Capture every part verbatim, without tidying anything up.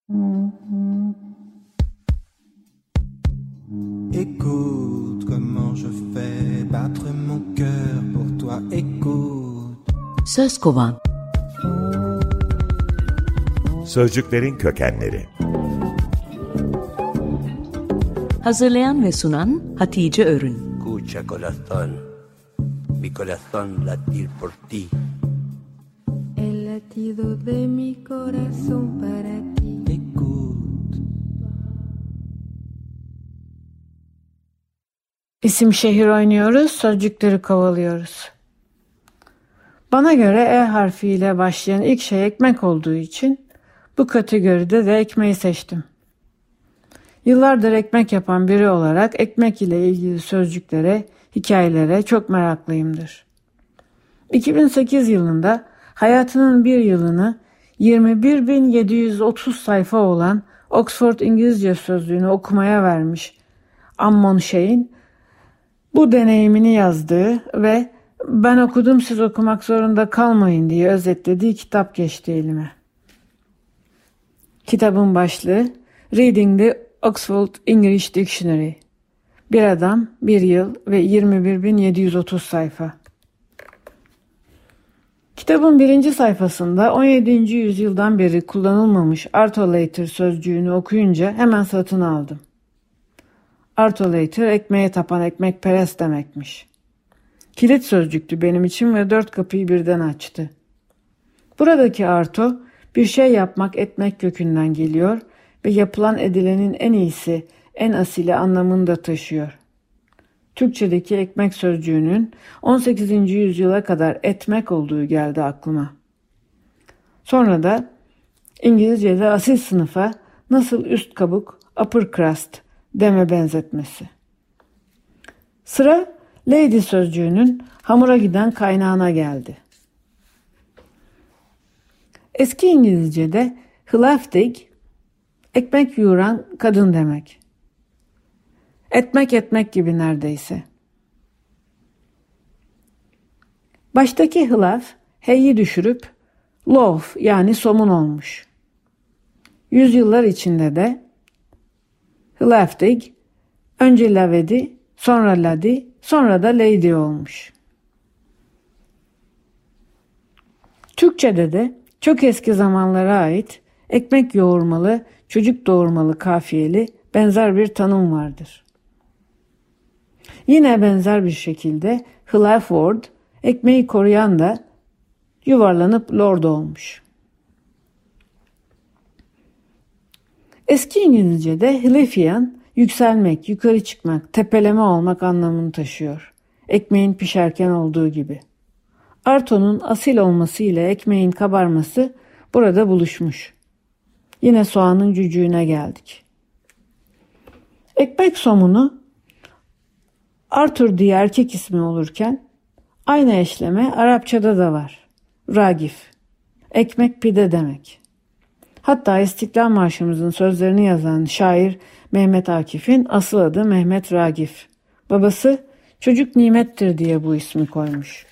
Écoute comment je fais battre mon cœur pour toi, écoute. Söz kovan. Sözcüklerin kökenleri. Hazırlayan ve sunan Hatice Örün. Escucha corazón, mi corazón latir por ti. El latido de mi corazón para ti. Écoute. İsim şehir oynuyoruz, sözcükleri kovalıyoruz. Bana göre E harfiyle başlayan ilk şey ekmek olduğu için bu kategoride de ekmeği seçtim. Yıllardır ekmek yapan biri olarak ekmek ile ilgili sözcüklere, hikayelere çok meraklıyımdır. iki bin sekiz yılında hayatının bir yılını yirmi bir bin yedi yüz otuz sayfa olan Oxford İngilizce Sözlüğü'nü okumaya vermiş Ammon Şeyh'in bu deneyimini yazdığı ve "Ben okudum, siz okumak zorunda kalmayın" diye özetlediği kitap geçti elime. Kitabın başlığı Reading the Oxford English Dictionary. Bir adam, bir yıl ve yirmi bir bin yedi yüz otuz sayfa. Kitabın birinci sayfasında on yedinci yüzyıldan beri kullanılmamış artolator sözcüğünü okuyunca hemen satın aldım. Artolator, ekmeğe tapan ekmekperest demekmiş. Kilit sözcüktü benim için ve dört kapıyı birden açtı. Buradaki arto, bir şey yapmak etmek kökünden geliyor ve yapılan edilenin en iyisi, en asili anlamını da taşıyor. Türkçedeki ekmek sözcüğünün on sekizinci yüzyıla kadar etmek olduğu geldi aklıma. Sonra da İngilizce'de asil sınıfa nasıl üst kabuk, upper crust deme benzetmesi. Sıra lady sözcüğünün hamura giden kaynağına geldi. Eski İngilizce'de hlaftig, ekmek yoğuran kadın demek. Etmek etmek gibi neredeyse. Baştaki hlaf, h'yi düşürüp loaf yani somun olmuş. Yüzyıllar içinde de hlaftig, önce lavedi, sonra ladi, sonra da lady olmuş. Türkçede de çok eski zamanlara ait ekmek yoğurmalı, çocuk doğurmalı kafiyeli benzer bir tanım vardır. Yine benzer bir şekilde hlaford, ekmeği koruyan da yuvarlanıp lord olmuş. Eski İngilizce'de hlifyan, yükselmek, yukarı çıkmak, tepeleme olmak anlamını taşıyor. Ekmeğin pişerken olduğu gibi. Arto'nun asil olması ile ekmeğin kabarması burada buluşmuş. Yine soğanın cücüğüne geldik. Ekmek somunu Arthur diye erkek ismi olurken aynı eşleme Arapçada da var. Ragif. Ekmek pide demek. Hatta İstiklal Marşımızın sözlerini yazan şair Mehmet Akif'in asıl adı Mehmet Ragif. Babası çocuk nimettir diye bu ismi koymuş.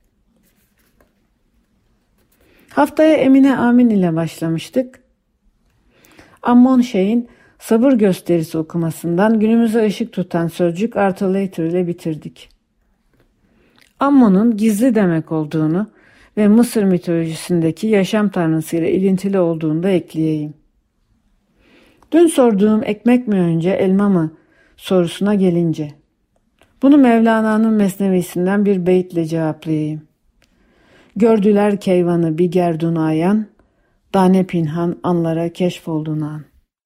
Haftaya Emine Amin ile başlamıştık. Ammon Şeyh'in sabır gösterisi okumasından günümüze ışık tutan sözcük artolator ile bitirdik. Ammon'un gizli demek olduğunu ve Mısır mitolojisindeki yaşam tanrısıyla ilintili olduğunu da ekleyeyim. Dün sorduğum ekmek mi önce elma mı sorusuna gelince, bunu Mevlana'nın Mesnevisinden bir beyitle cevaplayayım. Gördüler keyvanı bir gerdun ayan, dane pinhan anlara keşfolduğun an.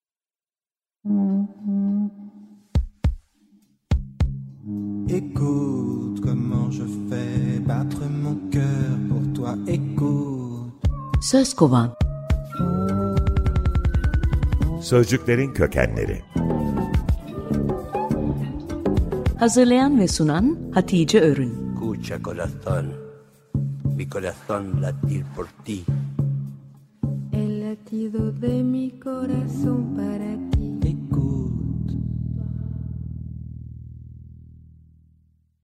Écoute comment je fais battre mon cœur pour toi, écoute. Söz kovan. Sözcüklerin kökenleri. Hazırlayan ve sunan Hatice Örün. Escucha corazón, mi corazón latir por ti. El latido de mi corazón para ti.